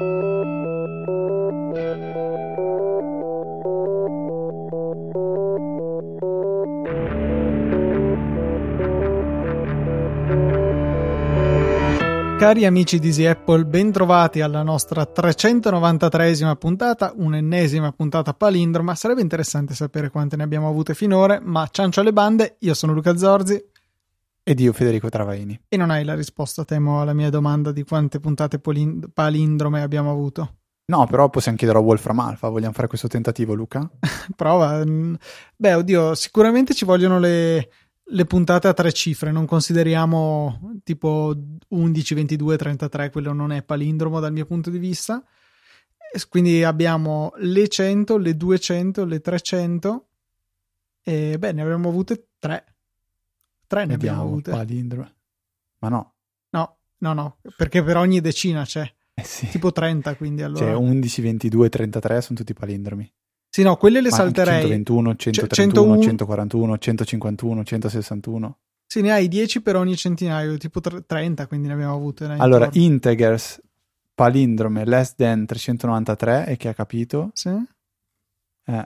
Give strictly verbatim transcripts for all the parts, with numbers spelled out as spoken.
Cari amici di Easy Apple, bentrovati alla nostra trecentonovantatreesima puntata, un'ennesima puntata palindroma. Sarebbe interessante sapere quante ne abbiamo avute finora, ma ciancio alle bande, io sono Luca Zorzi. Ed io Federico Travaini. E non hai la risposta, temo, alla mia domanda di quante puntate polin- palindrome abbiamo avuto. No, però possiamo chiedere a Wolfram Alpha, vogliamo fare questo tentativo, Luca? Prova. Beh, oddio, sicuramente ci vogliono le... le puntate a tre cifre, non consideriamo tipo undici, ventidue, trentatré, quello non è palindromo dal mio punto di vista. Quindi abbiamo le cento, le duecento, le trecento e beh, ne avremmo avute tre. Tre ne Vediamo, abbiamo avute. Palindrome. Ma no. No, no, no, perché per ogni decina c'è. Eh sì. Tipo trenta, quindi allora. Cioè undici, ventidue, trentatré sono tutti palindromi. Sì, no, quelle le Ma salterei. centoventuno, centotrentuno, centoquarantuno, centocinquantuno, centosessantuno. Sì, ne hai dieci per ogni centinaio, tipo trenta, quindi ne abbiamo avute. Allora, integers, palindrome, less than trecentonovantatré, e chi ha capito? Sì. Eh.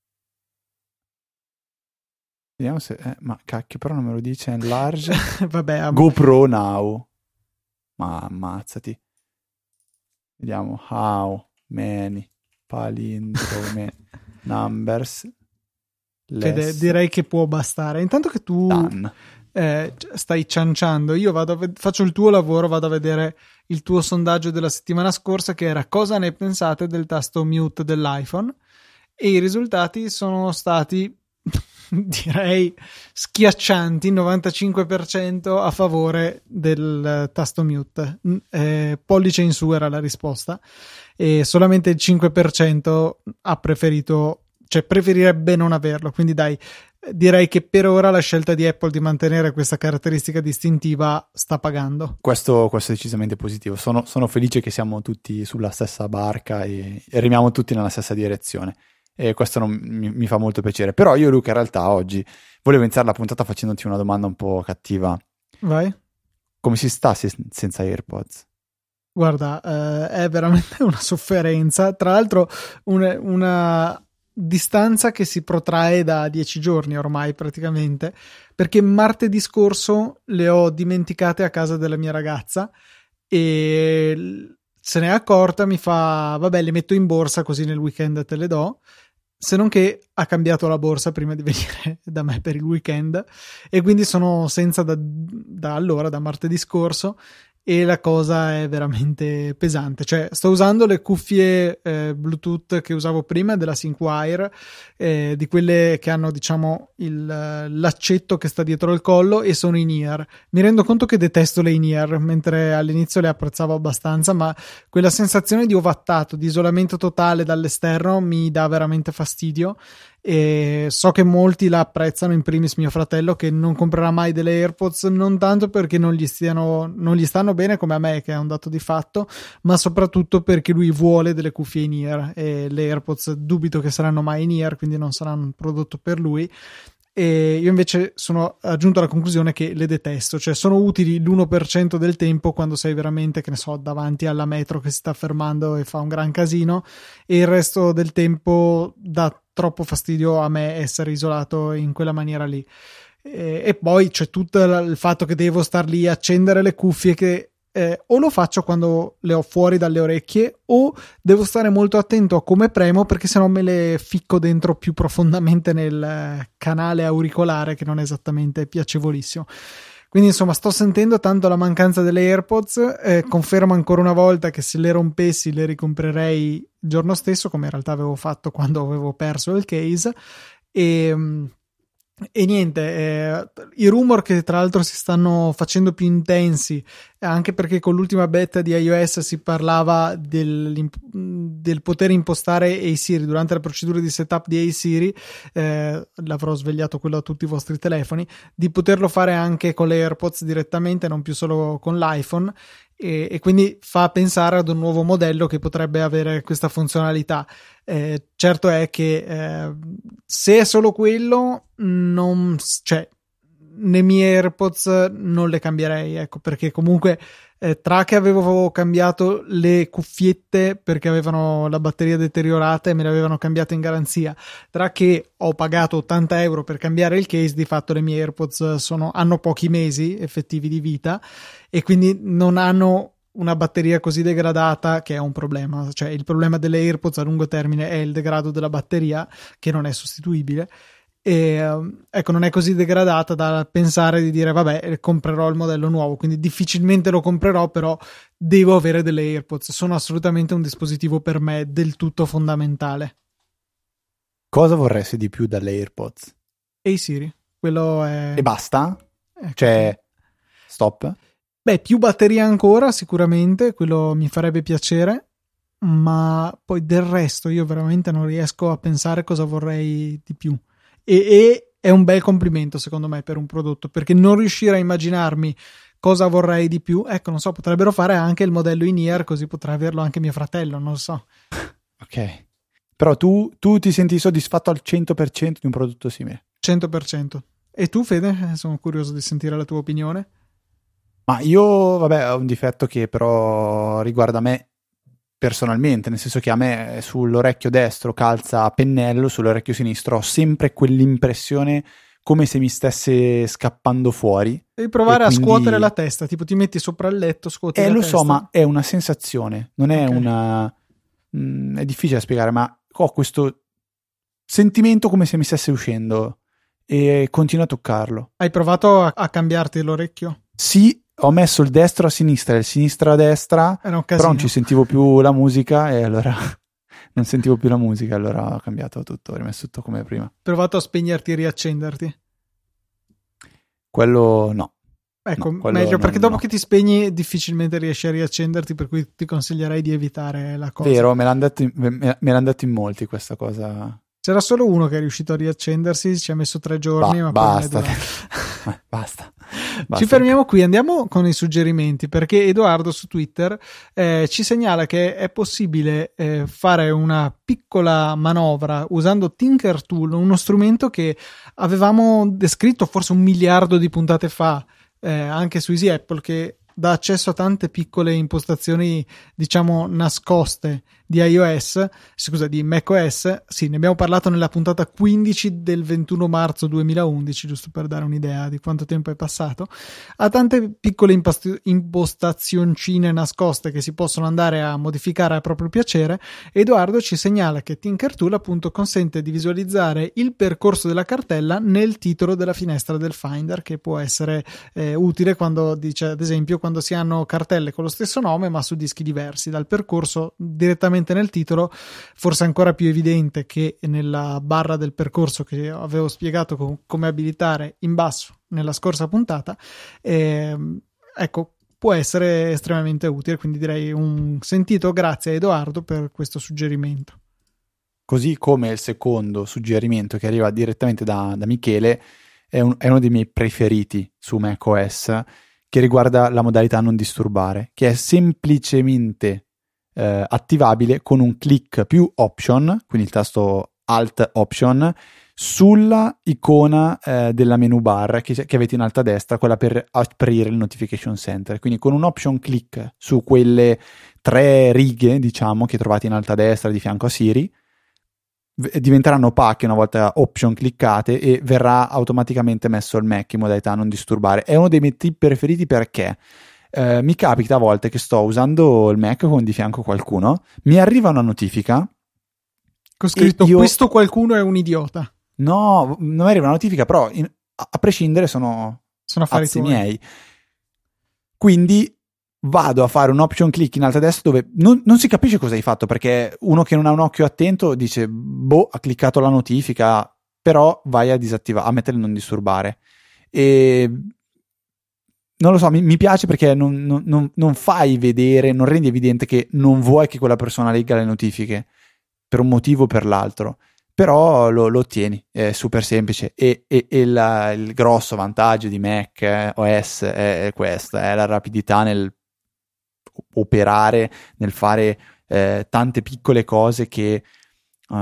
Vediamo se... Eh, ma cacchio, però non me lo dice, enlarge. Vabbè. Am- GoPro now. Ma ammazzati. Vediamo, how many palindrome numbers Fede, direi che può bastare. Intanto che tu eh, stai cianciando, io vado a ved- faccio il tuo lavoro, vado a vedere il tuo sondaggio della settimana scorsa, che era cosa ne pensate del tasto mute dell'iPhone, e i risultati sono stati direi schiaccianti. Novantacinque per cento a favore del tasto mute, eh, pollice in su era la risposta, e solamente il cinque per cento ha preferito, cioè preferirebbe non averlo. Quindi dai, direi che per ora la scelta di Apple di mantenere questa caratteristica distintiva sta pagando. Questo, questo è decisamente positivo. Sono, sono felice che siamo tutti sulla stessa barca e, e remiamo tutti nella stessa direzione. E questo non, mi, mi fa molto piacere. Però io, Luca, in realtà oggi volevo iniziare la puntata facendoti una domanda un po' cattiva. Vai. Come si sta se, senza AirPods? Guarda, eh, è veramente una sofferenza. Tra l'altro un, una distanza che si protrae da dieci giorni ormai praticamente, perché martedì scorso le ho dimenticate a casa della mia ragazza e se ne è accorta, mi fa vabbè, le metto in borsa così nel weekend te le do. Se non che ha cambiato la borsa prima di venire da me per il weekend e quindi sono senza da, da allora, da martedì scorso, e la cosa è veramente pesante. Cioè sto usando le cuffie eh, Bluetooth che usavo prima della Synkwire, eh, di quelle che hanno diciamo il, l'accetto che sta dietro il collo, e sono in ear. Mi rendo conto che detesto le in ear, mentre all'inizio le apprezzavo abbastanza, ma quella sensazione di ovattato, di isolamento totale dall'esterno mi dà veramente fastidio. E so che molti la apprezzano, in primis mio fratello, che non comprerà mai delle AirPods, non tanto perché non gli stiano non gli stanno bene come a me, che è un dato di fatto, ma soprattutto perché lui vuole delle cuffie in ear e le AirPods dubito che saranno mai in ear, quindi non saranno un prodotto per lui. E io invece sono giunto alla conclusione che le detesto, cioè sono utili l'uno per cento del tempo quando sei veramente, che ne so, davanti alla metro che si sta fermando e fa un gran casino, e il resto del tempo dà troppo fastidio a me essere isolato in quella maniera lì. E, e poi c'è tutto il fatto che devo star lì a accendere le cuffie, che Eh, o lo faccio quando le ho fuori dalle orecchie, o devo stare molto attento a come premo, perché sennò me le ficco dentro più profondamente nel canale auricolare, che non è esattamente piacevolissimo. Quindi insomma sto sentendo tanto la mancanza delle AirPods. Eh, confermo ancora una volta che se le rompessi le ricomprerei il giorno stesso, come in realtà avevo fatto quando avevo perso il case. E E niente, eh, i rumor che tra l'altro si stanno facendo più intensi, anche perché con l'ultima beta di iOS si parlava del, del poter impostare Hey Siri durante la procedura di setup di Hey Siri, eh, l'avrò svegliato quello a tutti i vostri telefoni, di poterlo fare anche con le AirPods direttamente, non più solo con l'iPhone. E, e quindi fa pensare ad un nuovo modello che potrebbe avere questa funzionalità. Eh, certo è che eh, se è solo quello, non, cioè, nei miei AirPods non le cambierei, ecco, perché comunque eh, tra che avevo cambiato le cuffiette perché avevano la batteria deteriorata e me le avevano cambiate in garanzia, tra che ho pagato ottanta euro per cambiare il case, di fatto le mie AirPods sono, hanno pochi mesi effettivi di vita e quindi non hanno una batteria così degradata, che è un problema. Cioè il problema delle AirPods a lungo termine è il degrado della batteria, che non è sostituibile. E ecco, non è così degradata da pensare di dire vabbè, comprerò il modello nuovo, quindi difficilmente lo comprerò, però devo avere delle AirPods, sono assolutamente un dispositivo per me del tutto fondamentale. Cosa vorresti di più dalle AirPods? Ehi Siri, quello è... E basta? Ecco. Cioè, stop? Beh, più batteria ancora sicuramente, quello mi farebbe piacere, ma poi del resto io veramente non riesco a pensare cosa vorrei di più. E, e è un bel complimento secondo me per un prodotto, perché non riuscire a immaginarmi cosa vorrei di più, ecco, non so, potrebbero fare anche il modello in-ear, così potrà averlo anche mio fratello, non so. Ok, però tu, tu ti senti soddisfatto al cento per cento di un prodotto simile? cento per cento. E tu, Fede? Sono curioso di sentire la tua opinione. Ma io, vabbè, ho un difetto che però riguarda me personalmente, nel senso che a me sull'orecchio destro calza a pennello, sull'orecchio sinistro ho sempre quell'impressione come se mi stesse scappando fuori. Devi provare quindi... a scuotere la testa, tipo ti metti sopra il letto, scuoti eh, la lo testa. so, ma è una sensazione, non è Okay. una... Mm, è difficile da spiegare, ma ho questo sentimento come se mi stesse uscendo e continuo a toccarlo. Hai provato a, a cambiarti l'orecchio? Sì, ho messo il destro a sinistra e il sinistro a destra, Era un però casino. non ci sentivo più la musica e allora non sentivo più la musica, allora ho cambiato tutto, ho rimesso tutto come prima. Hai provato a spegnerti e riaccenderti? Quello no. Ecco, No, quello meglio, non- perché dopo no. che ti spegni difficilmente riesci a riaccenderti, per cui ti consiglierei di evitare la cosa. Vero, me l'hanno detto, in- me, me l'hanno detto in molti questa cosa. C'era solo uno che è riuscito a riaccendersi, ci ha messo tre giorni, Ba- ma poi non è basta. durato. Eh, basta. Ci Basta. fermiamo qui, andiamo con i suggerimenti, perché Edoardo su Twitter eh, ci segnala che è possibile eh, fare una piccola manovra usando Tinker Tool, uno strumento che avevamo descritto forse un miliardo di puntate fa eh, anche su Easy Apple, che dà accesso a tante piccole impostazioni, diciamo, nascoste di iOS, scusa, di macOS. Sì, ne abbiamo parlato nella puntata quindici del ventuno marzo duemilaundici, giusto per dare un'idea di quanto tempo è passato. Ha tante piccole impost- impostazioncine nascoste che si possono andare a modificare a proprio piacere. Edoardo ci segnala che Tinker Tool appunto consente di visualizzare il percorso della cartella nel titolo della finestra del Finder, che può essere eh, utile quando dice, ad esempio, quando si hanno cartelle con lo stesso nome ma su dischi diversi. Dal percorso direttamente nel titolo, forse ancora più evidente che nella barra del percorso che avevo spiegato com- come abilitare in basso nella scorsa puntata. ehm, ecco, può essere estremamente utile, quindi direi un sentito grazie a Edoardo per questo suggerimento. Così come il secondo suggerimento che arriva direttamente da, da Michele è, un- è uno dei miei preferiti su macOS, che riguarda la modalità non disturbare, che è semplicemente eh, attivabile con un clic più option, quindi il tasto alt option, sulla icona eh, della menu bar che, che avete in alto a destra, quella per aprire il notification center. Quindi con un option click su quelle tre righe, diciamo, che trovate in alto a destra di fianco a Siri, diventeranno opache una volta option cliccate e verrà automaticamente messo il Mac in modalità non disturbare. È uno dei miei tip preferiti perché eh, mi capita a volte che sto usando il Mac con di fianco qualcuno, mi arriva una notifica Ho scritto io... questo qualcuno è un idiota. No, non mi arriva una notifica, però in... a prescindere sono, sono affari azzi tuoi. miei. Quindi vado a fare un option click in alto a destra dove non, non si capisce cosa hai fatto, perché uno che non ha un occhio attento dice boh, ha cliccato la notifica, però vai a disattivare, a mettere non disturbare. E non lo so, mi, mi piace perché non, non, non, non fai vedere, non rendi evidente che non vuoi che quella persona legga le notifiche per un motivo o per l'altro, però lo, lo ottieni, è super semplice. E, e, e la, il grosso vantaggio di Mac eh, O S è, è questo, è la rapidità nel operare, nel fare eh, tante piccole cose che um, si fanno tantissime volte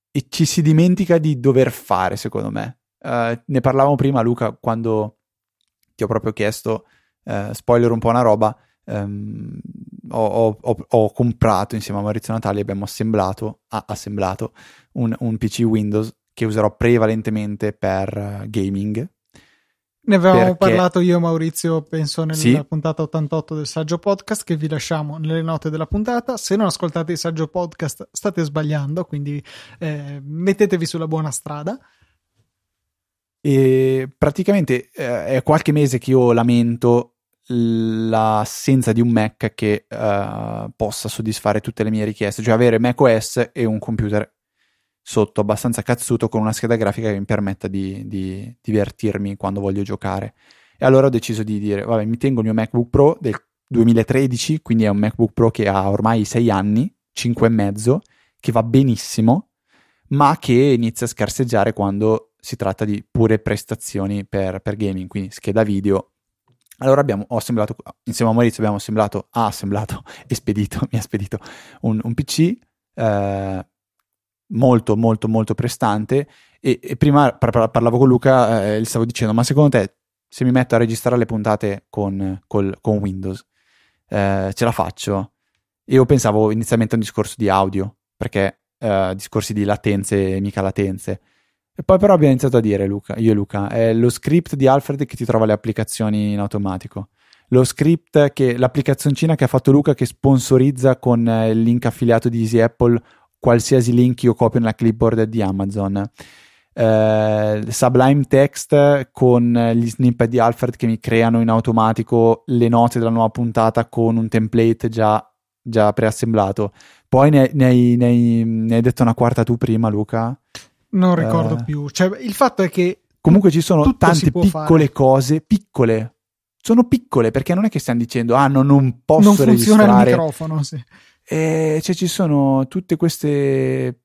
e ci si dimentica di dover fare, secondo me. Uh, ne parlavamo prima, Luca, quando ti ho proprio chiesto, uh, spoiler un po' una roba, um, ho, ho, ho comprato insieme a Maurizio Natali, abbiamo assemblato, ha assemblato un, un P C Windows che userò prevalentemente per uh, gaming. Ne avevamo perché... parlato io e Maurizio, penso nella sì? puntata ottantotto del Saggio Podcast, che vi lasciamo nelle note della puntata. Se non ascoltate il Saggio Podcast state sbagliando, quindi eh, mettetevi sulla buona strada. E praticamente eh, è qualche mese che io lamento l'assenza di un Mac che uh, possa soddisfare tutte le mie richieste, cioè avere macOS e un computer sotto abbastanza cazzuto con una scheda grafica che mi permetta di, di divertirmi quando voglio giocare. E allora ho deciso di dire, vabbè, mi tengo il mio MacBook Pro del duemilatredici, quindi è un MacBook Pro che ha ormai sei anni, cinque e mezzo, che va benissimo, ma che inizia a scarseggiare quando si tratta di pure prestazioni per, per gaming, quindi scheda video. Allora abbiamo, ho assemblato, insieme a Maurizio abbiamo assemblato, ha assemblato e spedito, mi ha spedito un, un P C eh, molto molto molto prestante e, e prima par- parlavo con Luca e eh, gli stavo dicendo, ma secondo te se mi metto a registrare le puntate con, col, con Windows eh, ce la faccio? Io pensavo inizialmente a un discorso di audio, perché eh, discorsi di latenze, mica latenze. E poi però abbiamo iniziato a dire, Luca, io e Luca, è lo script di Alfred che ti trova le applicazioni in automatico. Lo script, che l'applicazioncina che ha fatto Luca che sponsorizza con il link affiliato di Easy Apple qualsiasi link io copio nella clipboard di Amazon. Eh, Sublime Text con gli snippet di Alfred che mi creano in automatico le note della nuova puntata con un template già, già preassemblato. Poi ne, ne, hai, ne, hai, ne hai detto una quarta tu prima, Luca? Non ricordo eh, più. Cioè, il fatto è che comunque ci sono tante piccole fare. cose, piccole. Sono piccole perché non è che stiamo dicendo ah no, non posso non funziona registrare il microfono, sì. E cioè ci sono tutte queste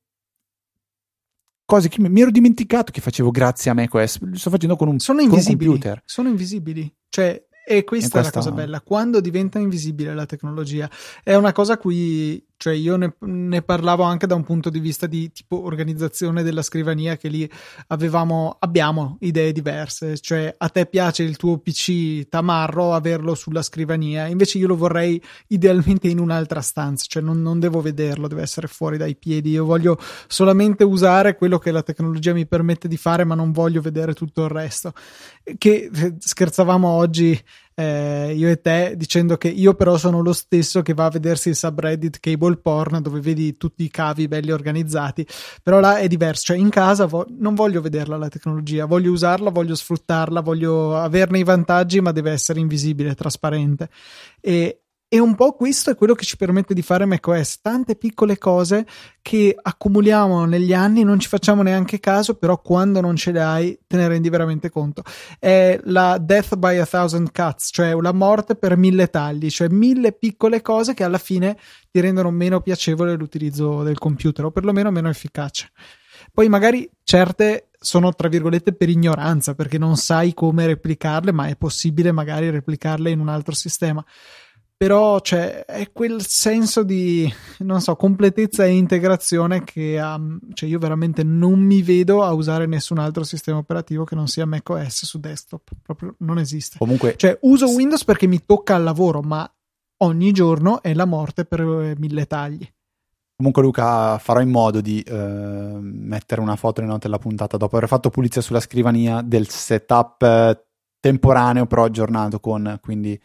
cose che mi ero dimenticato che facevo grazie a macOS. Lo sto facendo con un, sono con un invisibili, computer. Sono invisibili. Cioè, e questa, e questa è la cosa bella. Quando diventa invisibile la tecnologia, è una cosa a cui, cioè io ne, ne parlavo anche da un punto di vista di tipo organizzazione della scrivania, che lì avevamo, abbiamo idee diverse. Cioè, a te piace il tuo P C tamarro, averlo sulla scrivania, invece io lo vorrei idealmente in un'altra stanza, cioè non, non devo vederlo, deve essere fuori dai piedi. Io voglio solamente usare quello che la tecnologia mi permette di fare, ma non voglio vedere tutto il resto. Che scherzavamo oggi Eh, io e te, dicendo che io però sono lo stesso che va a vedersi il subreddit cable porn, dove vedi tutti i cavi belli organizzati, però là è diverso. Cioè in casa vo- non voglio vederla la tecnologia, voglio usarla, voglio sfruttarla, voglio averne i vantaggi, ma deve essere invisibile, trasparente. E E un po' questo è quello che ci permette di fare macOS, tante piccole cose che accumuliamo negli anni, non ci facciamo neanche caso, però quando non ce le hai te ne rendi veramente conto. È la death by a thousand cuts, cioè la morte per mille tagli, cioè mille piccole cose che alla fine ti rendono meno piacevole l'utilizzo del computer, o perlomeno meno efficace. Poi magari certe sono tra virgolette per ignoranza, perché non sai come replicarle, ma è possibile magari replicarle in un altro sistema. Però cioè, è quel senso di, non so, completezza e integrazione che um, cioè io veramente non mi vedo a usare nessun altro sistema operativo che non sia macOS su desktop, proprio non esiste. Comunque, cioè uso Windows perché mi tocca al lavoro, ma ogni giorno è la morte per eh, mille tagli. Comunque Luca, farò in modo di eh, mettere una foto nelle note della puntata dopo aver fatto pulizia sulla scrivania del setup eh, temporaneo però aggiornato con quindi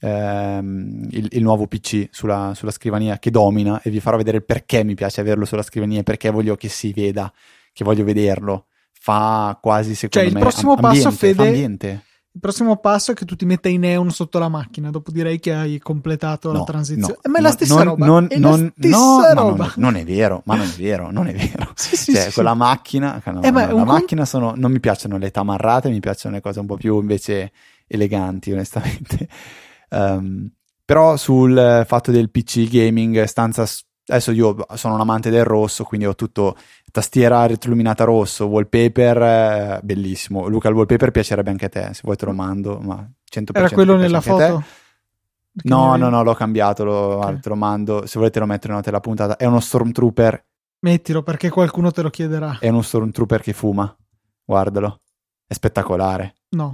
ehm, il, il nuovo P C sulla, sulla scrivania che domina, e vi farò vedere il perché mi piace averlo sulla scrivania, perché voglio che si veda, che voglio vederlo. Fa quasi, secondo cioè, il me, prossimo ambiente, passo, Fede, fa ambiente. Il prossimo passo è che tu ti metta i neon sotto la macchina, dopo direi che hai completato no, la transizione. No, ma è no, la stessa non, roba. Non, è non, la stessa no, roba. Non, non è vero, ma non è vero, non è vero. sì, sì, cioè, sì, quella sì. macchina, no, eh, ma la un macchina sono, non mi piacciono le tamarrate, mi piacciono le cose un po' più invece eleganti, onestamente. Um, però sul fatto del P C gaming, stanza, adesso io sono un amante del rosso, quindi ho tutto tastiera retroilluminata rosso, wallpaper eh, bellissimo. Luca, il wallpaper piacerebbe anche a te, se vuoi te lo mando, ma cento per cento era quello nella foto? No, no, no, l'ho cambiato, lo, okay. Te lo mando, se volete lo metto in nota della puntata. È uno Stormtrooper Mettilo perché qualcuno te lo chiederà. È uno stormtrooper che fuma, guardalo, è spettacolare. No.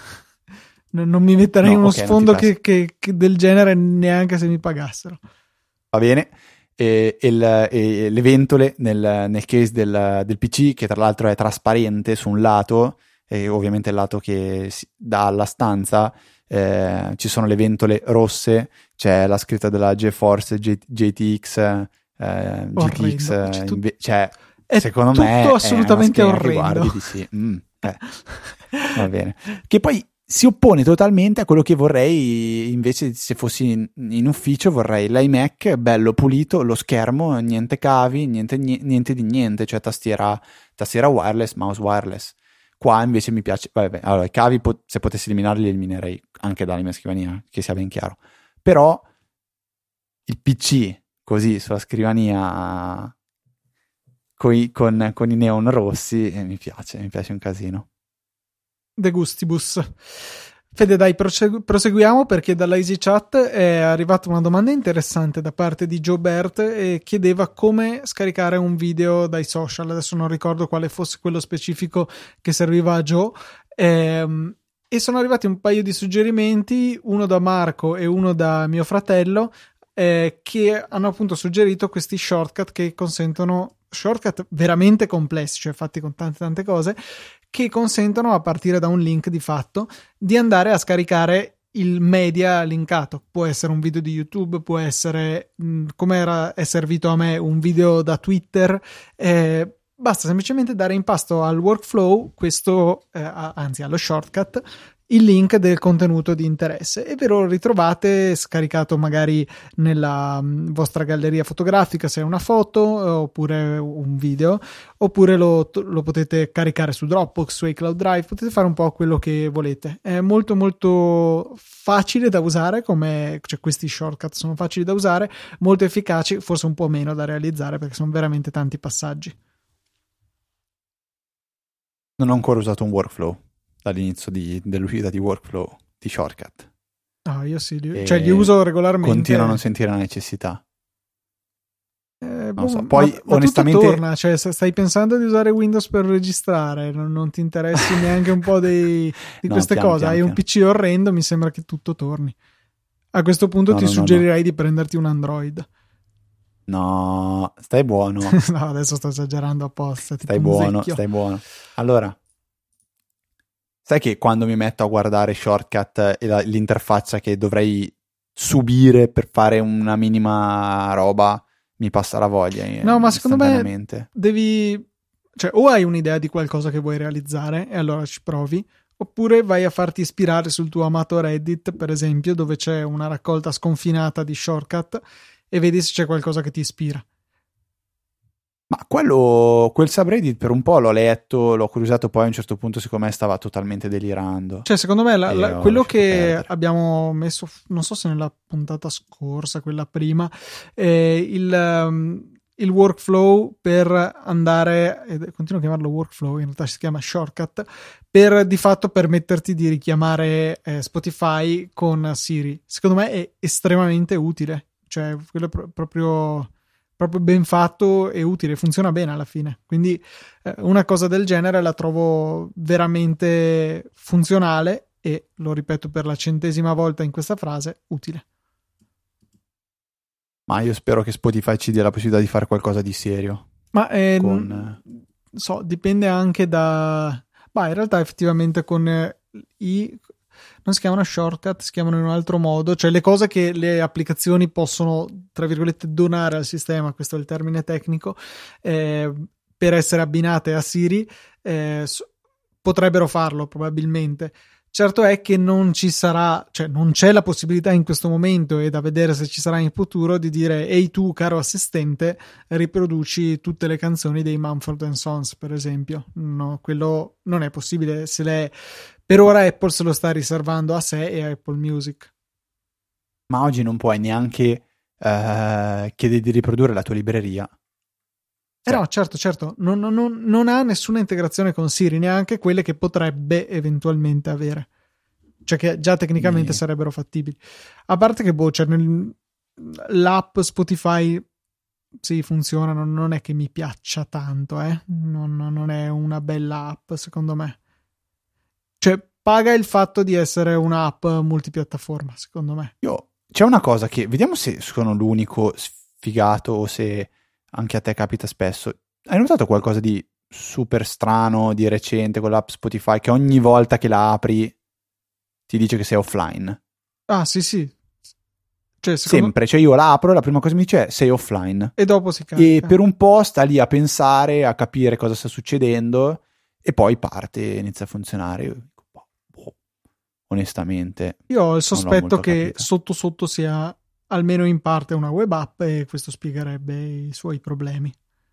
Non mi metterei no, uno okay, sfondo che, che, che del genere neanche se mi pagassero. Va bene. E, e, il, e le ventole nel, nel case del, del P C, che tra l'altro è trasparente su un lato, e ovviamente il lato che si dà alla stanza, eh, ci sono le ventole rosse, c'è la scritta della GeForce G, G T X, eh, G T X, C'è tu- inve- cioè è secondo tutto me assolutamente è una scheda che orrendo. guardi, dici, mm, eh, va bene. Che poi si oppone totalmente a quello che vorrei invece. Se fossi in, in ufficio vorrei l'iMac bello pulito, lo schermo, niente cavi, niente, niente di niente, cioè tastiera, tastiera wireless, mouse wireless. Qua invece mi piace, vabbè, allora i cavi pot- se potessi eliminarli li eliminerei anche dalla mia scrivania, che sia ben chiaro, però il P C così sulla scrivania coi, con, con i neon rossi eh, mi piace, mi piace un casino. De gustibus. Fede, dai, prosegu- proseguiamo perché dalla EasyChat è arrivata una domanda interessante da parte di Joe Bert e chiedeva come scaricare un video dai social. Adesso non ricordo quale fosse quello specifico che serviva a Joe. Ehm, e sono arrivati un paio di suggerimenti, uno da Marco e uno da mio fratello, eh, che hanno appunto suggerito questi shortcut che consentono, shortcut veramente complessi, cioè fatti con tante tante cose, che consentono, a partire da un link di fatto, di andare a scaricare il media linkato. Può essere un video di YouTube, può essere, mh, come era, è servito a me, un video da Twitter. Eh, basta semplicemente dare in pasto al workflow questo, eh, anzi allo shortcut, il link del contenuto di interesse e ve lo ritrovate scaricato magari nella mh, vostra galleria fotografica, se è una foto eh, oppure un video, oppure lo, lo potete caricare su Dropbox, su iCloud Drive, potete fare un po' quello che volete. È molto molto facile da usare, come cioè questi shortcut sono facili da usare, molto efficaci, forse un po' meno da realizzare perché sono veramente tanti passaggi. Non ho ancora usato un workflow dall'inizio di, dell'uscita di workflow di shortcut. Ah, io sì, li, cioè li uso regolarmente. Continuo a non sentire la necessità. Eh, non so. boh, Poi ma, ma onestamente tutto torna, cioè se stai pensando di usare Windows per registrare, non, non ti interessi neanche un po' dei, di no, queste piano, cose, piano, hai piano. un P C orrendo, mi sembra che tutto torni. A questo punto no, ti no, suggerirei no, no. di prenderti un Android. No, stai buono. No, adesso sto esagerando apposta. Stai buono, stai buono. Allora, sai che quando mi metto a guardare shortcut e la, l'interfaccia che dovrei subire per fare una minima roba, mi passa la voglia. No, ma secondo me devi, cioè, o hai un'idea di qualcosa che vuoi realizzare e allora ci provi, oppure vai a farti ispirare sul tuo amato Reddit, per esempio, dove c'è una raccolta sconfinata di shortcut e vedi se c'è qualcosa che ti ispira. Ma quello, quel subreddit per un po' l'ho letto, l'ho curiosito, poi a un certo punto siccome stava totalmente delirando. Cioè secondo me la, la, quello che perdere. abbiamo messo, non so se nella puntata scorsa, quella prima, eh, il, um, il workflow per andare, eh, continuo a chiamarlo workflow, in realtà si chiama shortcut, per di fatto permetterti di richiamare eh, Spotify con Siri. Secondo me è estremamente utile, cioè quello è pro- proprio... proprio ben fatto e utile, funziona bene alla fine, quindi eh, una cosa del genere la trovo veramente funzionale e, lo ripeto per la centesima volta in questa frase, utile. Ma io spero che Spotify ci dia la possibilità di fare qualcosa di serio. Ma eh, con... so, dipende anche da... Ma in realtà effettivamente con eh, i... non si chiamano shortcut, si chiamano in un altro modo, cioè le cose che le applicazioni possono, tra virgolette, donare al sistema, questo è il termine tecnico, eh, per essere abbinate a Siri, eh, potrebbero farlo probabilmente. Certo è che non ci sarà, cioè non c'è la possibilità in questo momento, e da vedere se ci sarà in futuro, di dire ehi tu caro assistente riproduci tutte le canzoni dei Mumford and Sons, per esempio. No, quello non è possibile. Se le per ora Apple se lo sta riservando a sé e a Apple Music. Ma oggi non puoi neanche uh, chiedere di riprodurre la tua libreria. Eh no, certo, certo, non, non, non ha nessuna integrazione con Siri, neanche quelle che potrebbe eventualmente avere, cioè che già tecnicamente Mi... sarebbero fattibili. A parte che boh, cioè nel, l'app Spotify sì, funzionano, non è che mi piaccia tanto, eh? non, non è una bella app secondo me, cioè paga il fatto di essere un'app multipiattaforma secondo me. Io, c'è una cosa che, vediamo se sono l'unico sfigato o se anche a te capita spesso. Hai notato qualcosa di super strano di recente con l'app Spotify, che ogni volta che la apri ti dice che sei offline? Ah sì sì, cioè, secondo... sempre, cioè io la apro e la prima cosa che mi dice è sei offline e dopo si carica e per un po' sta lì a pensare, a capire cosa sta succedendo e poi parte e inizia a funzionare. Io dico, boh, onestamente io ho il non l'ho sospetto molto che capita. sotto sotto sia almeno in parte una web app e questo spiegherebbe i suoi problemi.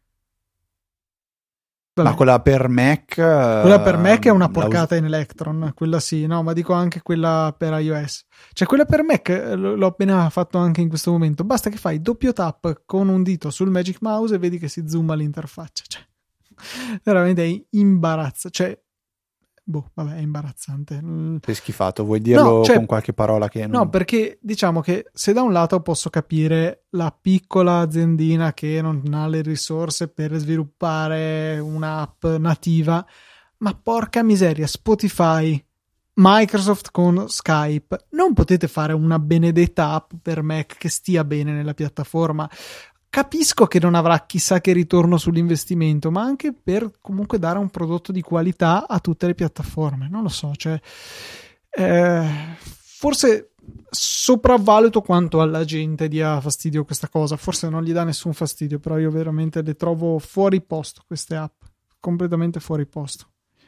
Vabbè. Ma quella per Mac, quella per Mac è una la porcata us- in Electron, quella sì, no, ma dico anche quella per iOS. Cioè quella per Mac eh, l- l'ho appena fatto anche in questo momento, basta che fai doppio tap con un dito sul Magic Mouse e vedi che si zooma l'interfaccia, cioè veramente è imbarazzante, cioè boh, vabbè, è imbarazzante. sei schifato, vuoi dirlo No, cioè, con qualche parola che non... no, perché diciamo che se da un lato posso capire la piccola aziendina che non ha le risorse per sviluppare un'app nativa, ma porca miseria, Spotify, Microsoft con Skype, non potete fare una benedetta app per Mac che stia bene nella piattaforma. Capisco che non avrà chissà che ritorno sull'investimento, ma anche per comunque dare un prodotto di qualità a tutte le piattaforme. Non lo so, cioè eh, forse sopravvaluto quanto alla gente dia fastidio questa cosa. Forse non gli dà nessun fastidio, però io veramente le trovo fuori posto queste app, completamente fuori posto.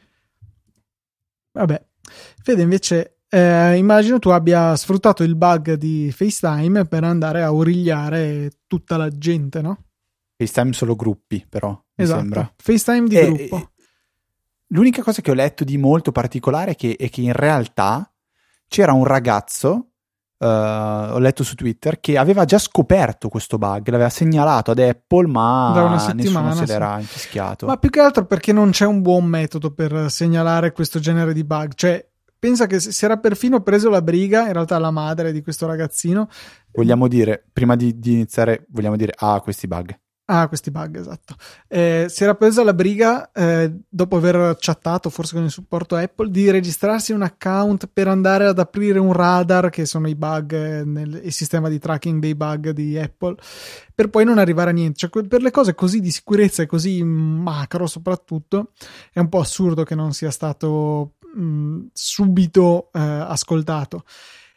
Vabbè, Fede, invece Eh, immagino tu abbia sfruttato il bug di FaceTime per andare a origliare tutta la gente, no? FaceTime solo gruppi, però, mi Esatto. sembra. FaceTime di E, gruppo. e, l'unica cosa che ho letto di molto particolare è che, è che in realtà c'era un ragazzo, uh, ho letto su Twitter, che aveva già scoperto questo bug, l'aveva segnalato ad Apple, ma Da una settimana, nessuno se sì. l'era infischiato. Ma più che altro perché non c'è un buon metodo per segnalare questo genere di bug. Cioè, pensa che si era perfino preso la briga, in realtà la madre di questo ragazzino. Vogliamo dire, prima di, di iniziare, vogliamo dire, ah, questi bug. Ah, questi bug, esatto. Eh, si era presa la briga, eh, dopo aver chattato forse con il supporto Apple, di registrarsi un account per andare ad aprire un radar, che sono i bug eh, nel il sistema di tracking dei bug di Apple, per poi non arrivare a niente. Cioè, per le cose così di sicurezza e così macro soprattutto, è un po' assurdo che non sia stato mh, subito eh, ascoltato.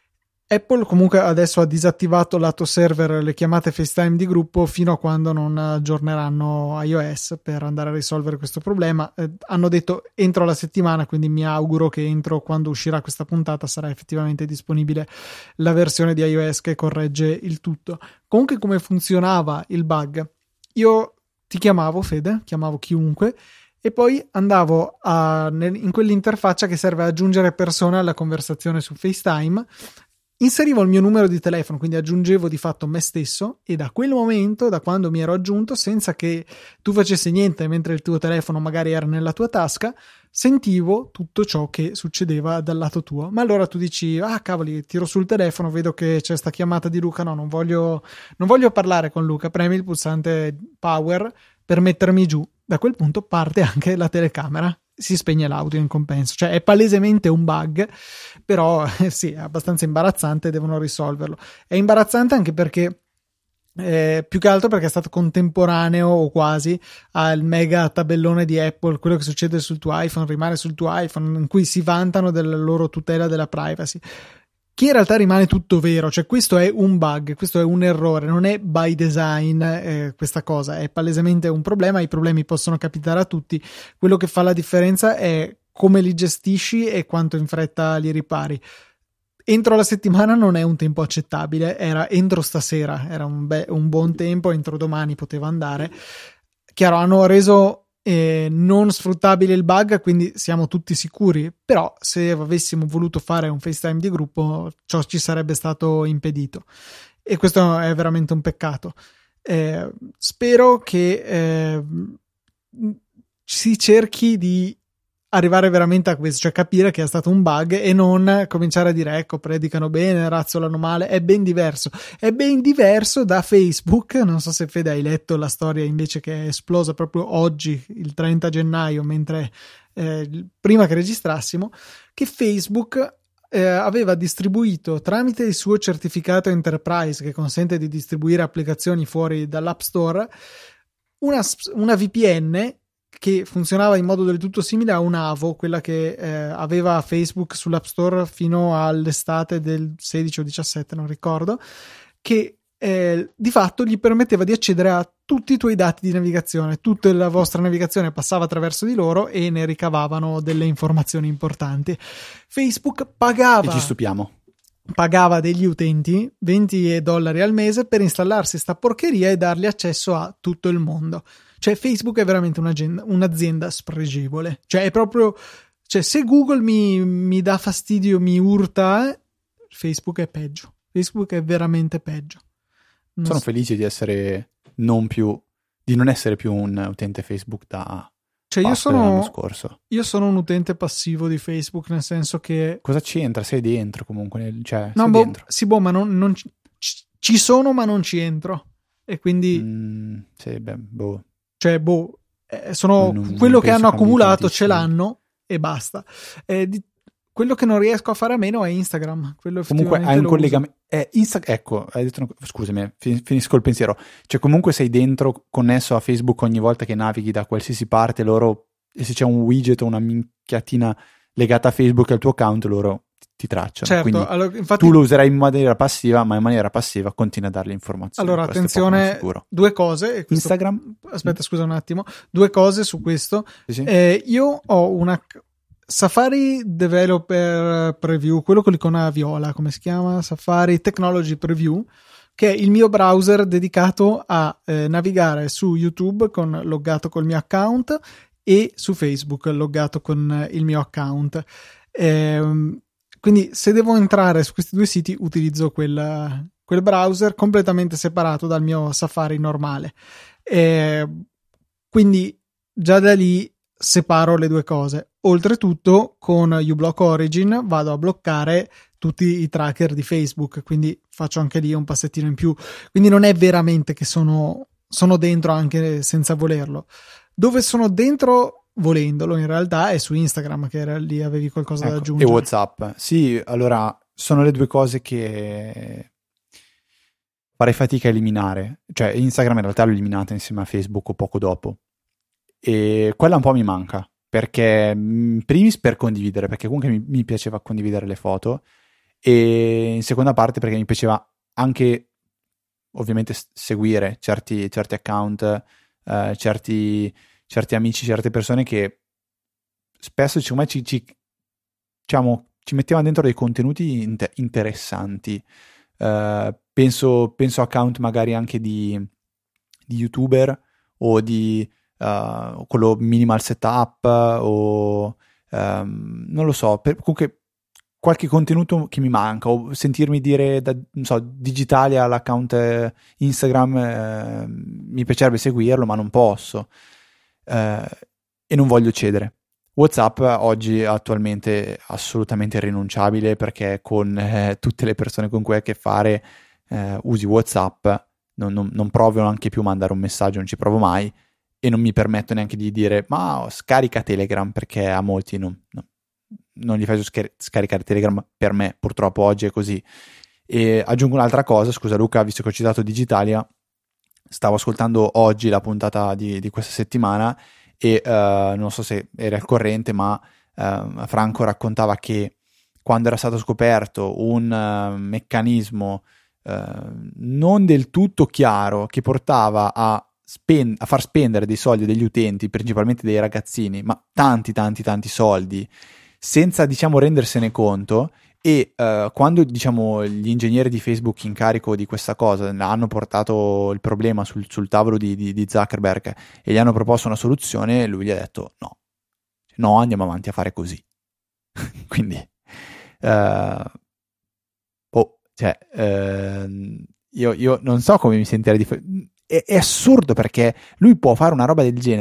Apple comunque adesso ha disattivato lato server le chiamate FaceTime di gruppo fino a quando non aggiorneranno iOS per andare a risolvere questo problema. Eh, hanno detto entro la settimana, quindi mi auguro che entro quando uscirà questa puntata sarà effettivamente disponibile la versione di iOS che corregge il tutto. Comunque come funzionava il bug? Io ti chiamavo, Fede, chiamavo chiunque e poi andavo a, in quell'interfaccia che serve ad aggiungere persone alla conversazione su FaceTime. Inserivo il mio numero di telefono, quindi aggiungevo di fatto me stesso e da quel momento, da quando mi ero aggiunto, senza che tu facessi niente mentre il tuo telefono magari era nella tua tasca, sentivo tutto ciò che succedeva dal lato tuo. Ma allora tu dici, ah cavoli, tiro sul telefono, vedo che c'è sta chiamata di Luca, no, non voglio, non voglio parlare con Luca, premi il pulsante power per mettermi giù. Da quel punto parte anche la telecamera, si spegne l'audio in compenso, cioè è palesemente un bug, però eh, sì, è abbastanza imbarazzante, devono risolverlo. È imbarazzante anche perché eh, più che altro perché è stato contemporaneo o quasi al mega tabellone di Apple, quello che succede sul tuo iPhone rimane sul tuo iPhone, in cui si vantano della loro tutela della privacy, che in realtà rimane tutto vero. Cioè questo è un bug, questo è un errore, non è by design eh, questa cosa, è palesemente un problema. I problemi possono capitare a tutti, quello che fa la differenza è come li gestisci e quanto in fretta li ripari. Entro la settimana non è un tempo accettabile, era entro stasera, era un, be- un buon tempo, entro domani poteva andare. Chiaro, hanno reso Eh, non sfruttabile il bug, quindi siamo tutti sicuri, però se avessimo voluto fare un FaceTime di gruppo ciò ci sarebbe stato impedito e questo è veramente un peccato. Eh, spero che eh, si cerchi di arrivare veramente a questo, cioè capire che è stato un bug e non cominciare a dire ecco predicano bene, razzolano male. È ben diverso, è ben diverso da Facebook. Non so se Fede hai letto la storia invece che è esplosa proprio oggi il trenta gennaio, mentre eh, prima che registrassimo, che Facebook eh, aveva distribuito tramite il suo certificato Enterprise che consente di distribuire applicazioni fuori dall'App Store una, una V P N che funzionava in modo del tutto simile a un'Avo, quella che eh, aveva Facebook sull'App Store fino all'estate del sedici o diciassette, non ricordo, che eh, di fatto gli permetteva di accedere a tutti i tuoi dati di navigazione. Tutta la vostra navigazione passava attraverso di loro e ne ricavavano delle informazioni importanti. Facebook pagava... E ci stupiamo. pagava degli utenti venti dollari al mese per installarsi sta porcheria e dargli accesso a tutto il mondo. Cioè Facebook è veramente un'azienda, un'azienda spregevole. Cioè è proprio, cioè se Google mi, mi dà fastidio, mi urta, eh, Facebook è peggio. Facebook è veramente peggio. Non Sono so. felice di essere non più, di non essere più un utente Facebook da Cioè io parte dell'anno sono, scorso. io sono un utente passivo di Facebook, nel senso che Cosa c'entra? Sei dentro comunque, nel, cioè no, sei boh, dentro. sì, boh, ma non, non ci, ci sono, ma non ci entro. E quindi, Mm, sì, beh, boh. cioè, boh, eh, sono Non- non quello che penso hanno cambi accumulato ce tantissimo. l'hanno e basta. Eh, di, quello che non riesco a fare a meno è Instagram. Quello Comunque hai effettivamente un lo collegamento. Eh, Insta- ecco, hai detto una... scusami, fin- finisco il pensiero. Cioè, comunque sei dentro, connesso a Facebook ogni volta che navighi da qualsiasi parte, loro, e se c'è un widget o una minchiatina legata a Facebook al tuo account, loro ti tracciano. Certo, Quindi allora, infatti, tu lo userai in maniera passiva, ma in maniera passiva continua a darle informazioni. allora Questo è poco ma attenzione, sicuro. due cose. E questo- Instagram? Aspetta, scusa un attimo. Due cose su questo. Sì, sì. Eh, io ho una Safari Developer Preview, quello con l'icona viola, come si chiama? Safari Technology Preview, che è il mio browser dedicato a eh, navigare su YouTube con loggato col mio account e su Facebook loggato con il mio account. Ehm, quindi se devo entrare su questi due siti utilizzo quel, quel browser completamente separato dal mio Safari normale. Ehm, quindi già da lì separo le due cose. Oltretutto con uBlock Origin vado a bloccare tutti i tracker di Facebook, quindi faccio anche lì un passettino in più. Quindi non è veramente che sono, sono dentro anche senza volerlo. Dove sono dentro volendolo in realtà è su Instagram, che era lì avevi qualcosa Ecco, da aggiungere. e WhatsApp. Sì, allora sono le due cose che farei fatica a eliminare. Cioè Instagram in realtà l'ho eliminata insieme a Facebook o poco dopo. E quella un po' mi manca, perché in primis per condividere, perché comunque mi, mi piaceva condividere le foto, e in seconda parte perché mi piaceva anche ovviamente s- seguire certi, certi account, eh, certi, certi amici, certe persone che spesso secondo me ci, ci, diciamo, ci mettevano dentro dei contenuti inter- interessanti. Eh, penso, penso account magari anche di, di YouTuber o di Uh, quello minimal setup o um, non lo so, per, comunque qualche contenuto che mi manca, o sentirmi dire da, non so, Digitalia all'account Instagram, eh, mi piacerebbe seguirlo ma non posso, eh, e non voglio cedere. WhatsApp oggi attualmente è assolutamente irrinunciabile, perché con eh, tutte le persone con cui hai a che fare eh, usi WhatsApp, non, non, non provo neanche più a mandare un messaggio, non ci provo mai, e non mi permetto neanche di dire ma oh, scarica Telegram, perché a molti non, non, non gli faccio scar- scaricare Telegram. Per me purtroppo oggi è così. E aggiungo un'altra cosa, scusa Luca, visto che ho citato Digitalia, stavo ascoltando oggi la puntata di, di questa settimana e uh, non so se eri al corrente, ma uh, Franco raccontava che quando era stato scoperto un uh, meccanismo uh, non del tutto chiaro che portava a Spend- a far spendere dei soldi degli utenti, principalmente dei ragazzini, ma tanti tanti tanti soldi, senza diciamo rendersene conto, e uh, quando diciamo gli ingegneri di Facebook in carico di questa cosa hanno portato il problema sul, sul tavolo di, di, di Zuckerberg e gli hanno proposto una soluzione, lui gli ha detto no, no, andiamo avanti a fare così. Quindi uh, oh, cioè uh, io, io non so come mi sentirei di fa- È, è assurdo, perché lui può fare una roba del genere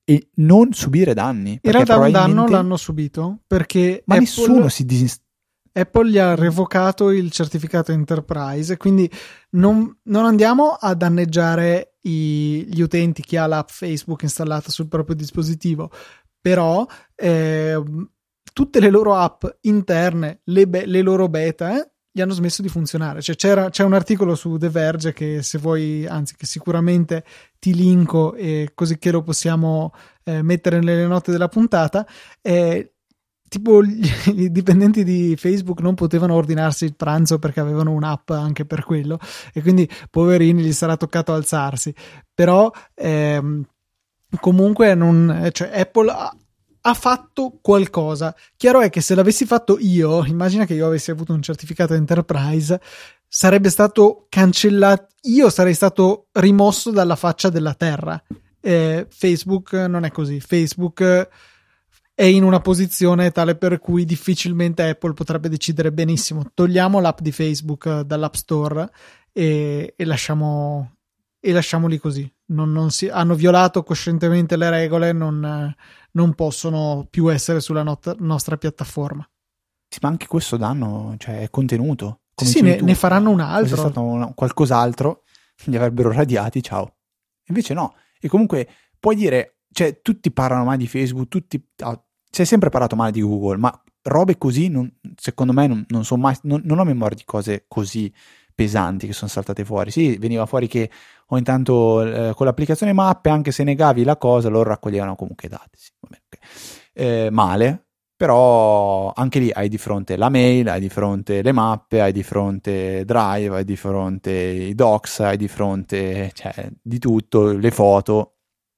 e non subire danni. In realtà un danno probabilmente... l'hanno subito perché ma Apple, nessuno si dis... Apple gli ha revocato il certificato Enterprise, quindi non, non andiamo a danneggiare i, gli utenti, chi ha l'app Facebook installata sul proprio dispositivo, però eh, tutte le loro app interne, le, be- le loro beta, eh, gli hanno smesso di funzionare. Cioè c'era, c'è un articolo su The Verge che se vuoi, anzi che sicuramente ti linko e così che lo possiamo eh, mettere nelle note della puntata, eh, tipo gli, i dipendenti di Facebook non potevano ordinarsi il pranzo perché avevano un'app anche per quello e quindi poverini gli sarà toccato alzarsi, però ehm, comunque non, cioè Apple ha, ha fatto qualcosa. Chiaro è che se l'avessi fatto io, immagina che io avessi avuto un certificato Enterprise, sarebbe stato cancellato, io sarei stato rimosso dalla faccia della terra. eh, Facebook non è così. Facebook è in una posizione tale per cui difficilmente Apple potrebbe decidere benissimo togliamo l'app di Facebook dall'App Store e, e lasciamo e lasciamoli così. Non, non si, hanno violato coscientemente le regole, non, non possono più essere sulla not- nostra piattaforma. Sì, ma anche questo danno, cioè, è contenuto. Come sì, ne, ne faranno un altro. Se fosse stato un, qualcos'altro, li avrebbero radiati, ciao. Invece no. E comunque puoi dire, cioè, tutti parlano male di Facebook, tutti... Ah, si è sempre parlato male di Google, ma robe così, non, secondo me, non, non sono mai... Non, non ho memoria di cose così pesanti che sono saltate fuori. Sì, veniva fuori che o intanto eh, con l'applicazione mappe, anche se negavi la cosa, loro raccoglievano comunque dati. Sì, vabbè, okay. eh, male, però anche lì hai di fronte la mail, hai di fronte le mappe, hai di fronte Drive, hai di fronte i docs, hai di fronte, cioè, di tutto, le foto.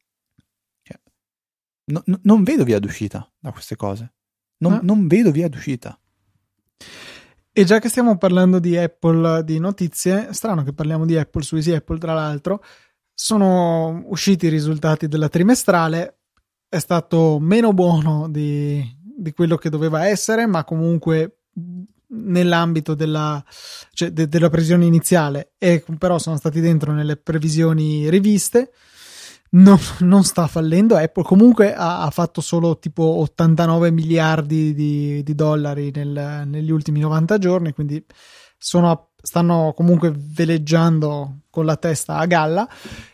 Cioè, no, no, non vedo via d'uscita da queste cose. Non, ah. non vedo via d'uscita. E già che stiamo parlando di Apple, di notizie, strano che parliamo di Apple su Easy Apple, tra l'altro, sono usciti i risultati della trimestrale, è stato meno buono di, di quello che doveva essere, ma comunque nell'ambito della, cioè de, della previsione iniziale, e però sono stati dentro nelle previsioni riviste. Non, non sta fallendo. Apple comunque ha, ha fatto solo tipo ottantanove miliardi di, di dollari nel, negli ultimi novanta giorni, quindi sono, stanno comunque veleggiando con la testa a galla,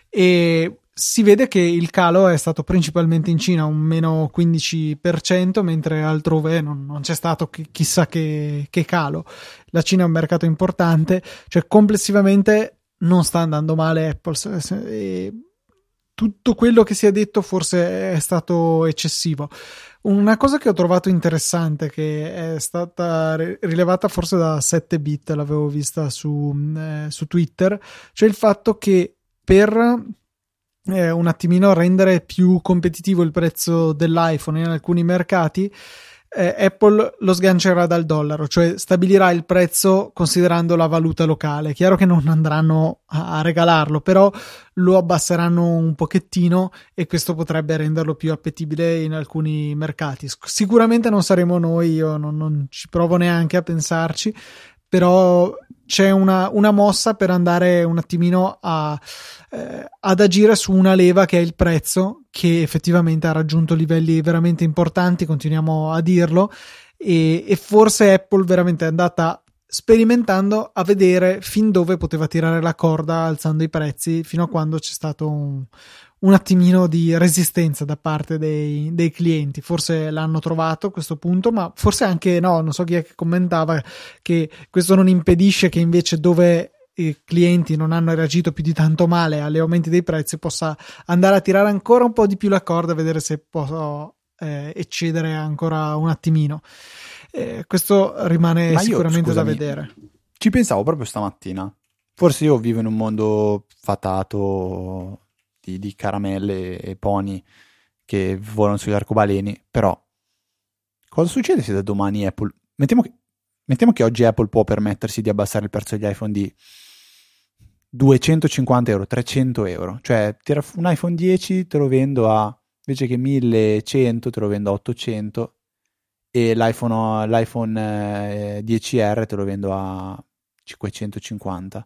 e si vede che il calo è stato principalmente in Cina, un meno quindici per cento, mentre altrove non, non c'è stato chi, chissà che, che calo. La Cina è un mercato importante, cioè complessivamente non sta andando male Apple, e tutto quello che si è detto forse è stato eccessivo. Una cosa che ho trovato interessante, che è stata rilevata forse da sette bit, l'avevo vista su, eh, su Twitter, cioè il fatto che per eh, un attimino rendere più competitivo il prezzo dell'iPhone in alcuni mercati, eh, Apple lo sgancerà dal dollaro, cioè stabilirà il prezzo considerando la valuta locale. Chiaro che non andranno a, a regalarlo, però lo abbasseranno un pochettino e questo potrebbe renderlo più appetibile in alcuni mercati. Sicuramente non saremo noi, io non, non ci provo neanche a pensarci, però c'è una, una mossa per andare un attimino a, eh, ad agire su una leva che è il prezzo, che effettivamente ha raggiunto livelli veramente importanti, continuiamo a dirlo, e, e forse Apple veramente è andata sperimentando a vedere fin dove poteva tirare la corda alzando i prezzi, fino a quando c'è stato un, un attimino di resistenza da parte dei, dei clienti. Forse l'hanno trovato a questo punto, ma forse anche no, non so chi è che commentava che questo non impedisce che invece dove i clienti non hanno reagito più di tanto male agli aumenti dei prezzi possa andare a tirare ancora un po' di più la corda, vedere se posso eh, eccedere ancora un attimino. Eh, questo rimane Ma sicuramente io, scusami, da vedere. Ci pensavo proprio stamattina. Forse io vivo in un mondo fatato di, di caramelle e pony che volano sugli arcobaleni, però cosa succede se da domani Apple, mettiamo che, mettiamo che oggi Apple può permettersi di abbassare il prezzo degli iPhone di duecentocinquanta euro, trecento euro, cioè un iPhone dieci te lo vendo a, invece che millecento te lo vendo a ottocento, e l'iPhone, l'iPhone eh, dieci R te lo vendo a cinquecentocinquanta.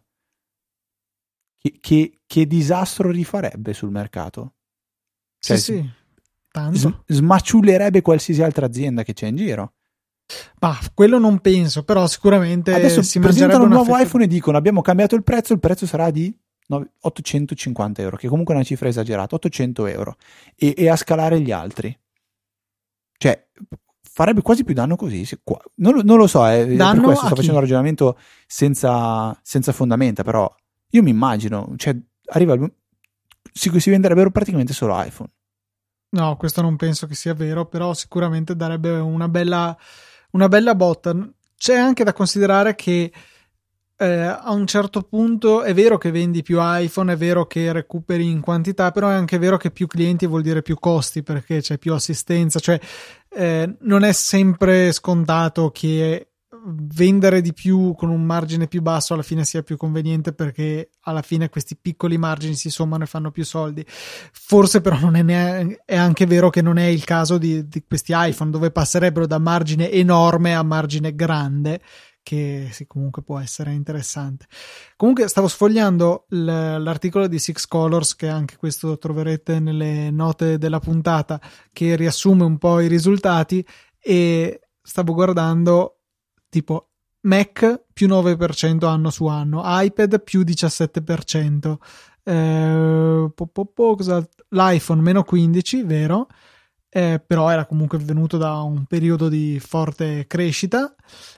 Che, che, che disastro rifarebbe sul mercato? Sì, Cioè, sì. Tanto? S- smaciullerebbe qualsiasi altra azienda che c'è in giro. Bah, quello non penso, però sicuramente adesso si presentano un nuovo fetta... iPhone e dicono abbiamo cambiato il prezzo, il prezzo sarà di ottocentocinquanta euro, che comunque è una cifra esagerata, ottocento euro, e, e a scalare gli altri. Cioè, farebbe quasi più danno così. Se qua, non, lo, non lo so, eh, per questo sto facendo un ragionamento senza, senza fondamenta, però io mi immagino, cioè, arriva il, si, si venderebbero praticamente solo iPhone. No, questo non penso che sia vero, però sicuramente darebbe una bella, una bella botta. C'è anche da considerare che eh, a un certo punto è vero che vendi più iPhone, è vero che recuperi in quantità, però è anche vero che più clienti vuol dire più costi, perché c'è più assistenza, cioè eh, non è sempre scontato che vendere di più con un margine più basso alla fine sia più conveniente, perché alla fine questi piccoli margini si sommano e fanno più soldi. Forse però non è, neanche, è anche vero che non è il caso di, di questi iPhone, dove passerebbero da margine enorme a margine grande, che sì, comunque può essere interessante. Comunque stavo sfogliando l- l'articolo di Six Colors, che anche questo lo troverete nelle note della puntata, che riassume un po' i risultati, e stavo guardando tipo Mac più nove per cento anno su anno, iPad più diciassette per cento, eh, po, po, po, l'iPhone meno quindici, vero? Eh, però era comunque venuto da un periodo di forte crescita.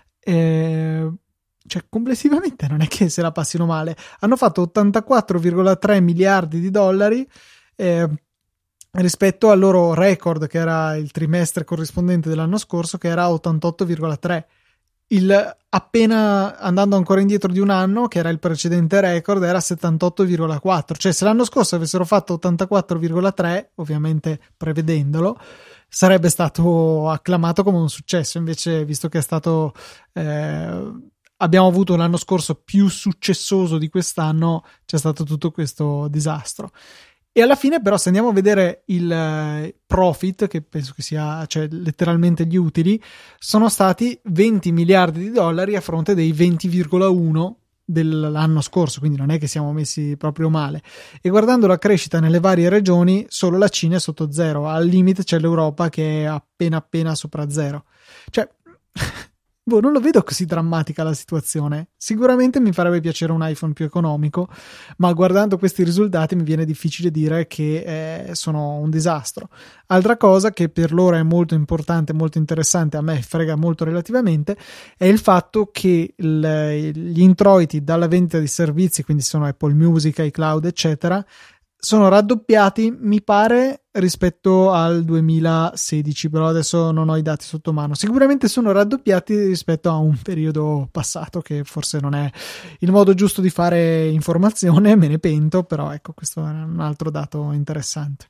Eh, cioè complessivamente non è che se la passino male. Hanno fatto ottantaquattro virgola tre miliardi di dollari eh, rispetto al loro record, che era il trimestre corrispondente dell'anno scorso, che era ottantotto virgola tre. Il, appena andando ancora indietro di un anno, che era il precedente record, era settantotto virgola quattro. Cioè, se l'anno scorso avessero fatto ottantaquattro virgola tre, ovviamente prevedendolo, sarebbe stato acclamato come un successo. Invece, visto che è stato eh, abbiamo avuto l'anno scorso più successoso di quest'anno, c'è stato tutto questo disastro. E alla fine però, se andiamo a vedere il profit, che penso che sia, cioè letteralmente gli utili, sono stati venti miliardi di dollari a fronte dei venti virgola uno dell'anno scorso, quindi non è che siamo messi proprio male. E guardando la crescita nelle varie regioni, solo la Cina è sotto zero, al limite c'è l'Europa che è appena appena sopra zero. Cioè boh, non lo vedo così drammatica la situazione. Sicuramente mi farebbe piacere un iPhone più economico, ma guardando questi risultati mi viene difficile dire che eh, sono un disastro. Altra cosa che per loro è molto importante, molto interessante, a me frega molto relativamente, è il fatto che il, gli introiti dalla vendita di servizi, quindi sono Apple Music, iCloud, eccetera, sono raddoppiati, mi pare, rispetto al duemilasedici, però adesso non ho i dati sotto mano. Sicuramente sono raddoppiati rispetto a un periodo passato, che forse non è il modo giusto di fare informazione, me ne pento, però ecco, questo è un altro dato interessante.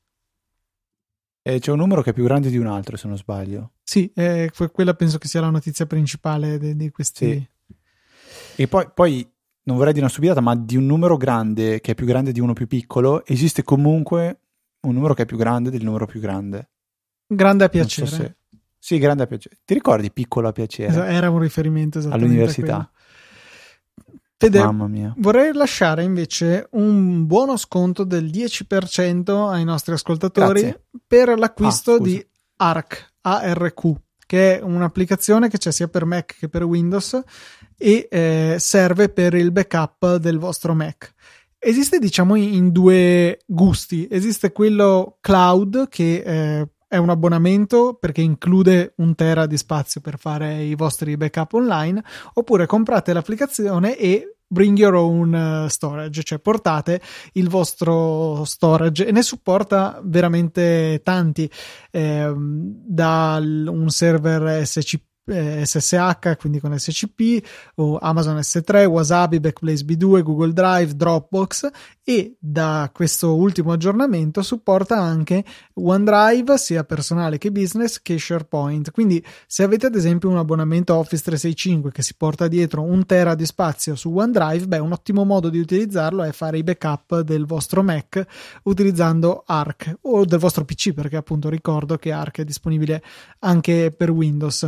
E c'è un numero che è più grande di un altro, se non sbaglio. Sì, eh, quella penso che sia la notizia principale di, di questi... Sì. E poi... poi... non vorrei dire una stupidata, ma di un numero grande che è più grande di uno più piccolo, esiste comunque un numero che è più grande del numero più grande. Grande a piacere. So se... Sì, grande a piacere. Ti ricordi piccolo a piacere? Era un riferimento esattamente all'università. Fede, mamma mia. Vorrei lasciare invece un buono sconto del dieci per cento ai nostri ascoltatori. Grazie. Per l'acquisto ah, di Arc, A R Q, che è un'applicazione che c'è sia per Mac che per Windows e eh, serve per il backup del vostro Mac. Esiste, diciamo, in due gusti. Esiste quello cloud, che eh, è un abbonamento perché include un tera di spazio per fare i vostri backup online, oppure comprate l'applicazione e bring your own storage, cioè portate il vostro storage, e ne supporta veramente tanti, eh, da un server S C P, S S H, quindi con S C P, o Amazon S tre, Wasabi, Backblaze B due, Google Drive, Dropbox, e da questo ultimo aggiornamento supporta anche OneDrive, sia personale che business, che SharePoint. Quindi se avete ad esempio un abbonamento Office trecentosessantacinque che si porta dietro un tera di spazio su OneDrive, beh, un ottimo modo di utilizzarlo è fare i backup del vostro Mac utilizzando Arc, o del vostro P C, perché appunto ricordo che Arc è disponibile anche per Windows.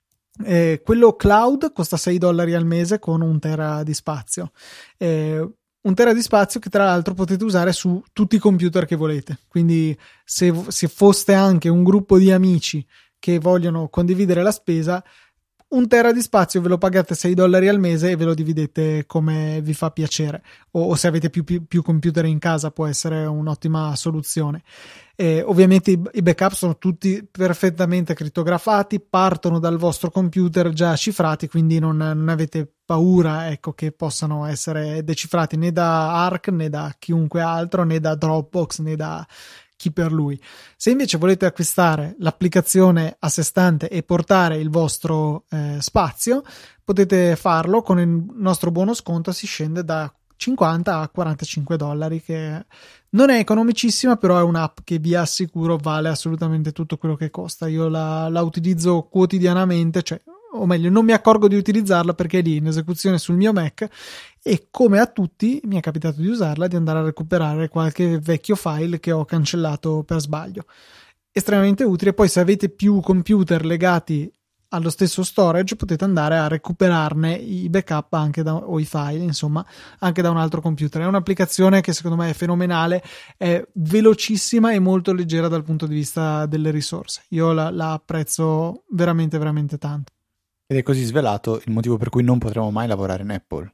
Eh, quello cloud costa sei dollari al mese con un tera di spazio. Eh, un tera di spazio che tra l'altro potete usare su tutti i computer che volete, quindi se, se foste anche un gruppo di amici che vogliono condividere la spesa, un tera di spazio ve lo pagate sei dollari al mese e ve lo dividete come vi fa piacere, o, o se avete più, più, più computer in casa può essere un'ottima soluzione. Eh, ovviamente i, i backup sono tutti perfettamente crittografati, partono dal vostro computer già cifrati, quindi non, non avete paura, ecco, che possano essere decifrati né da Arc né da chiunque altro, né da Dropbox né da chi per lui. Se invece volete acquistare l'applicazione a sé stante e portare il vostro eh, spazio, potete farlo con il nostro buono sconto, si scende da cinquanta a quarantacinque dollari, che non è economicissima, però è un'app che vi assicuro vale assolutamente tutto quello che costa. Io la, la utilizzo quotidianamente, cioè, o meglio, non mi accorgo di utilizzarla perché è lì in esecuzione sul mio Mac, e come a tutti mi è capitato di usarla, di andare a recuperare qualche vecchio file che ho cancellato per sbaglio. Estremamente utile. Poi se avete più computer legati allo stesso storage potete andare a recuperarne i backup anche da, o i file, insomma, anche da un altro computer. È un'applicazione che secondo me è fenomenale, è velocissima e molto leggera dal punto di vista delle risorse. Io la, la apprezzo veramente veramente tanto. Ed è così svelato il motivo per cui non potremo mai lavorare in Apple.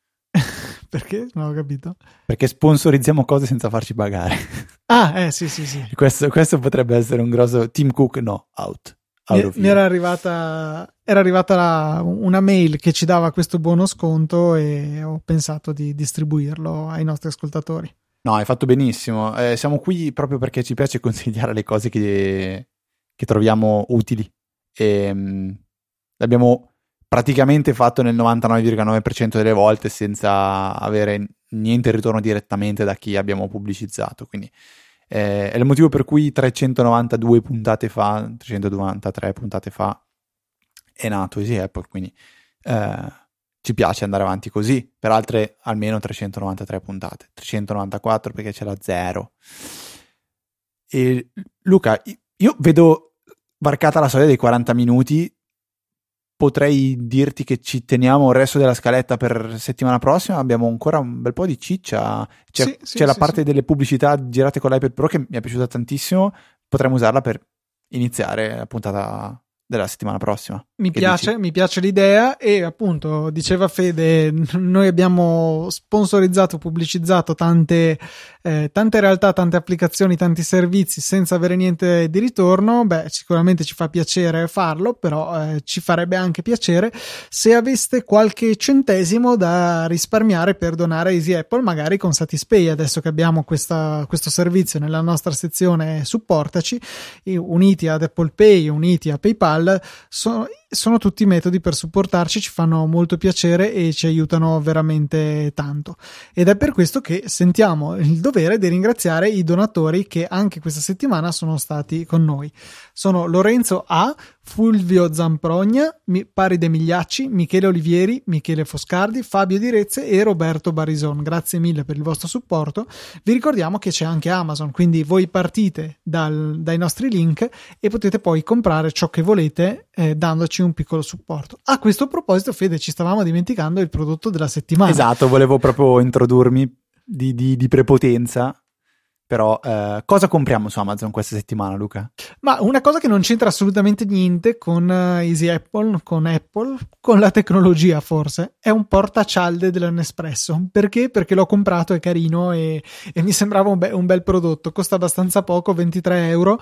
Perché? Non ho capito. Perché sponsorizziamo cose senza farci pagare. Ah, eh sì sì sì. Questo, questo potrebbe essere un grosso... Tim Cook, no, out. Mi, mi era arrivata, era arrivata la, una mail che ci dava questo buono sconto e ho pensato di distribuirlo ai nostri ascoltatori. No, hai fatto benissimo. Eh, siamo qui proprio perché ci piace consigliare le cose che, che troviamo utili. E, mh, l'abbiamo praticamente fatto nel novantanove virgola nove per cento delle volte senza avere niente in ritorno direttamente da chi abbiamo pubblicizzato, quindi eh, è il motivo per cui trecentonovantadue puntate fa, trecentonovantatré puntate fa è nato Easy Apple, quindi eh, ci piace andare avanti così per altre almeno trecentonovantatré puntate, trecentonovantaquattro perché c'è la zero. E Luca, io vedo varcata la soglia dei quaranta minuti. Potrei dirti che ci teniamo il resto della scaletta per settimana prossima. Abbiamo ancora un bel po' di ciccia. C'è, sì, sì, c'è la sì, parte sì. delle pubblicità girate con l'iPad Pro che mi è piaciuta tantissimo. Potremmo usarla per iniziare la puntata della settimana prossima. Mi che piace, dici? mi piace l'idea e appunto diceva Fede, noi abbiamo sponsorizzato, pubblicizzato tante, eh, tante realtà, tante applicazioni, tanti servizi senza avere niente di ritorno. Beh, sicuramente ci fa piacere farlo, però eh, ci farebbe anche piacere se aveste qualche centesimo da risparmiare per donare a Easy Apple, magari con Satispay, adesso che abbiamo questa, questo servizio nella nostra sezione supportaci, uniti ad Apple Pay, uniti a PayPal. Sono, sono tutti metodi per supportarci, ci fanno molto piacere e ci aiutano veramente tanto, ed è per questo che sentiamo il dovere di ringraziare i donatori che anche questa settimana sono stati con noi. Sono Lorenzo A, Fulvio Zamprogna, Paride Migliacci, Michele Olivieri, Michele Foscardi, Fabio Direzze e Roberto Barison. Grazie mille per il vostro supporto. Vi ricordiamo che c'è anche Amazon, quindi voi partite dal, dai nostri link e potete poi comprare ciò che volete eh, dandoci un piccolo supporto. A questo proposito, Fede, ci stavamo dimenticando il prodotto della settimana. Esatto, volevo proprio introdurmi di, di, di prepotenza. Però eh, cosa compriamo su Amazon questa settimana, Luca? Ma una cosa che non c'entra assolutamente niente con uh, Easy Apple, con Apple, con la tecnologia forse, è un portacialde della Nespresso. Perché? Perché l'ho comprato, è carino e, e mi sembrava un, be- un bel prodotto, costa abbastanza poco, ventitré euro,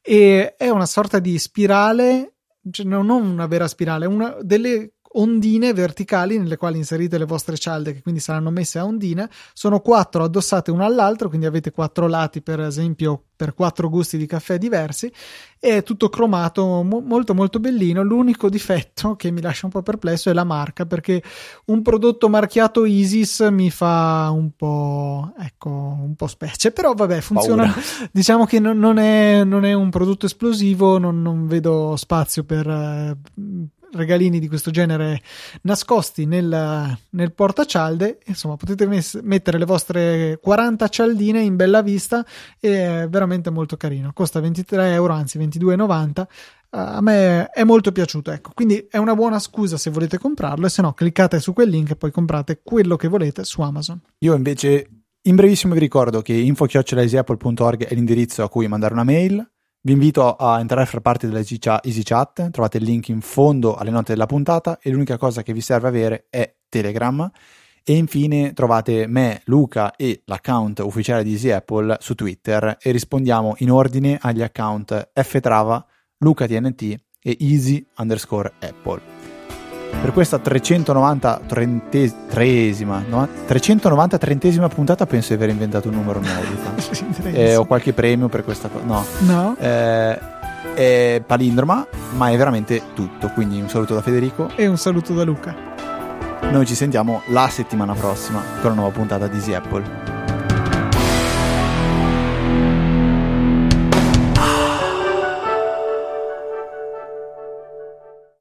e è una sorta di spirale, cioè non una vera spirale, una delle ondine verticali nelle quali inserite le vostre cialde, che quindi saranno messe a ondine. Sono quattro addossate una all'altro, quindi avete quattro lati, per esempio per quattro gusti di caffè diversi, e è tutto cromato, mo- molto molto bellino. L'unico difetto che mi lascia un po' perplesso è la marca, perché un prodotto marchiato Isis mi fa un po', ecco, un po' specie, però vabbè, funziona. Paura. Diciamo che non, non, è, non è un prodotto esplosivo, non, non vedo spazio per eh, regalini di questo genere nascosti nel, nel portacialde. Insomma, potete mes- mettere le vostre quaranta cialdine in bella vista, e è veramente molto carino. Costa ventitré euro, anzi ventidue e novanta. a me è molto piaciuto, ecco, quindi è una buona scusa se volete comprarlo, e se no cliccate su quel link e poi comprate quello che volete su Amazon. Io invece in brevissimo vi ricordo che info chiocciola easy apple punto org è l'indirizzo a cui mandare una mail. Vi invito a entrare a far parte della EasyChat, trovate il link in fondo alle note della puntata e l'unica cosa che vi serve avere è Telegram. E infine trovate me, Luca e l'account ufficiale di Easy Apple su Twitter e rispondiamo in ordine agli account ftrava, lucatnt e easy underscore apple. Per questa trecentonovanta trentesima puntata penso di aver inventato un numero nuovo, Sì, eh, ho qualche premio per questa cosa, no, no. Eh, è palindroma ma è veramente tutto, quindi un saluto da Federico e un saluto da Luca. Noi ci sentiamo la settimana prossima con una nuova puntata di Easy Apple.